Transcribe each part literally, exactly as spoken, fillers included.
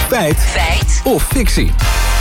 Feit. Feit. Of fictie.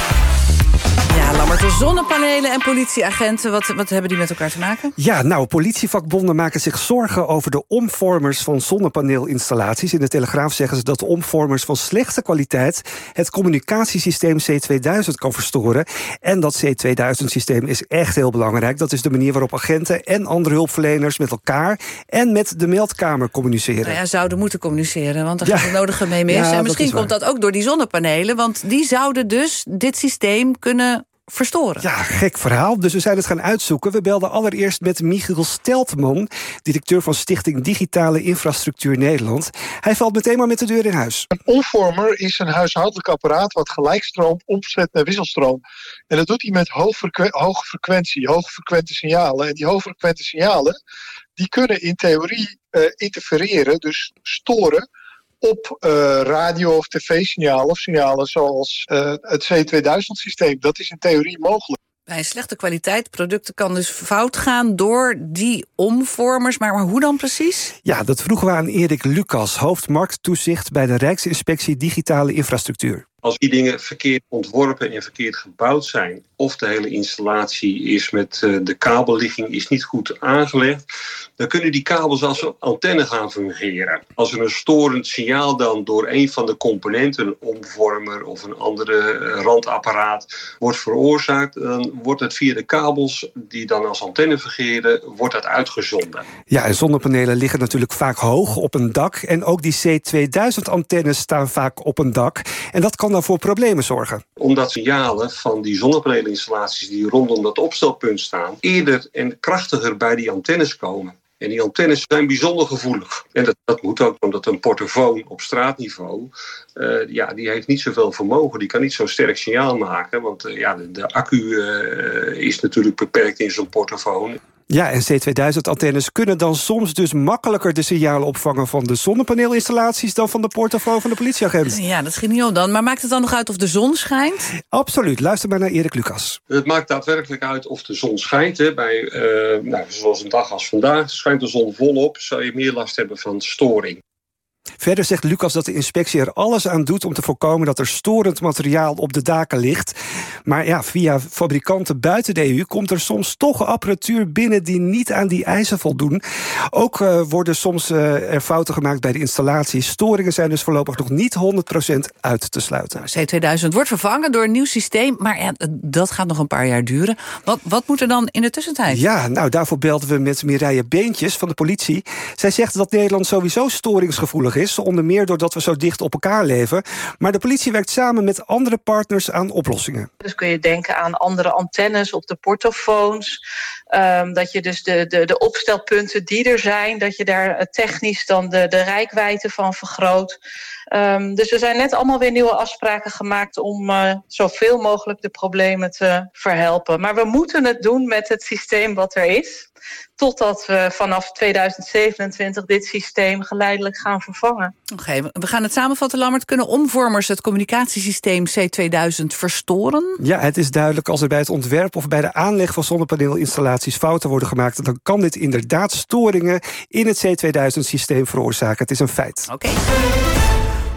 Ja, Lammert, de zonnepanelen en politieagenten, wat, wat hebben die met elkaar te maken? Ja, nou, politievakbonden maken zich zorgen over de omvormers van zonnepaneelinstallaties. In de Telegraaf zeggen ze dat de omvormers van slechte kwaliteit het communicatiesysteem C tweeduizend kan verstoren. En dat C tweeduizend-systeem is echt heel belangrijk. Dat is de manier waarop agenten en andere hulpverleners met elkaar en met de meldkamer communiceren. Nou ja, zouden moeten communiceren, want er Ja. gaat het nodige mee mis. Ja, en misschien dat is komt dat ook door die zonnepanelen, want die zouden dus dit systeem kunnen verstoren. Ja, gek verhaal. Dus we zijn het gaan uitzoeken. We belden allereerst met Michiel Steltman, directeur van Stichting Digitale Infrastructuur Nederland. Hij valt meteen maar met de deur in huis. Een omvormer is een huishoudelijk apparaat wat gelijkstroom omzet naar wisselstroom. En dat doet hij met hoogfrequ- hoge frequentie, hoogfrequente signalen. En die hoogfrequente signalen die kunnen in theorie uh, interfereren, dus storen op uh, radio- of tv-signalen of signalen zoals uh, het C tweeduizend-systeem. Dat is in theorie mogelijk. Bij een slechte kwaliteit producten kan dus fout gaan door die omvormers. Maar, maar hoe dan precies? Ja, dat vroegen we aan Erik Lucas, hoofd markttoezicht bij de Rijksinspectie Digitale Infrastructuur. Als die dingen verkeerd ontworpen en verkeerd gebouwd zijn, of de hele installatie is met uh, de kabelligging is niet goed aangelegd, dan kunnen die kabels als een antenne gaan fungeren. Als er een storend signaal dan door een van de componenten, een omvormer of een andere uh, randapparaat, wordt veroorzaakt, dan wordt het via de kabels die dan als antenne fungeren, wordt dat uitgezonden. Ja, en zonnepanelen liggen natuurlijk vaak hoog op een dak. En ook die C tweeduizend-antennes staan vaak op een dak. En dat kan dan voor problemen zorgen. Omdat signalen van die zonnepaneelinstallaties die rondom dat opstelpunt staan eerder en krachtiger bij die antennes komen. En die antennes zijn bijzonder gevoelig. En dat, dat moet ook, omdat een portofoon op straatniveau, Uh, ja, die heeft niet zoveel vermogen. Die kan niet zo'n sterk signaal maken. Want uh, ja, de, de accu uh, is natuurlijk beperkt in zo'n portofoon. Ja, en C tweeduizend-antennes kunnen dan soms dus makkelijker de signalen opvangen van de zonnepaneelinstallaties dan van de portofoon van de politieagent. Ja, dat schiet niet op dan. Maar maakt het dan nog uit of de zon schijnt? Absoluut. Luister maar naar Erik Lucas. Het maakt daadwerkelijk uit of de zon schijnt. Hè. Bij, uh, nou, zoals een dag als vandaag, schijnt de zon volop, zou je meer last hebben van storing. Verder zegt Lucas dat de inspectie er alles aan doet om te voorkomen dat er storend materiaal op de daken ligt. Maar ja, via fabrikanten buiten de E U komt er soms toch apparatuur binnen die niet aan die eisen voldoen. Ook uh, worden soms uh, er fouten gemaakt bij de installatie. Storingen zijn dus voorlopig nog niet honderd procent uit te sluiten. C tweeduizend wordt vervangen door een nieuw systeem, maar ja, dat gaat nog een paar jaar duren. Wat, wat moet er dan in de tussentijd? Ja, nou daarvoor belden we met Mireille Beentjes van de politie. Zij zegt dat Nederland sowieso storingsgevoelig is, onder meer doordat we zo dicht op elkaar leven. Maar de politie werkt samen met andere partners aan oplossingen. Dus kun je denken aan andere antennes op de portofoons. Um, dat je dus de, de, de opstelpunten die er zijn, dat je daar technisch dan de, de reikwijdte van vergroot. Um, dus er zijn net allemaal weer nieuwe afspraken gemaakt om uh, zoveel mogelijk de problemen te verhelpen. Maar we moeten het doen met het systeem wat er is. Totdat we vanaf tweeduizend zevenentwintig dit systeem geleidelijk gaan vervangen. Oké, okay, we gaan het samenvatten, Lammert. Kunnen omvormers het communicatiesysteem C tweeduizend verstoren? Ja, het is duidelijk als er bij het ontwerp of bij de aanleg van zonnepaneelinstallaties fouten worden gemaakt, dan kan dit inderdaad storingen in het C tweeduizend-systeem veroorzaken. Het is een feit. Oké. Okay.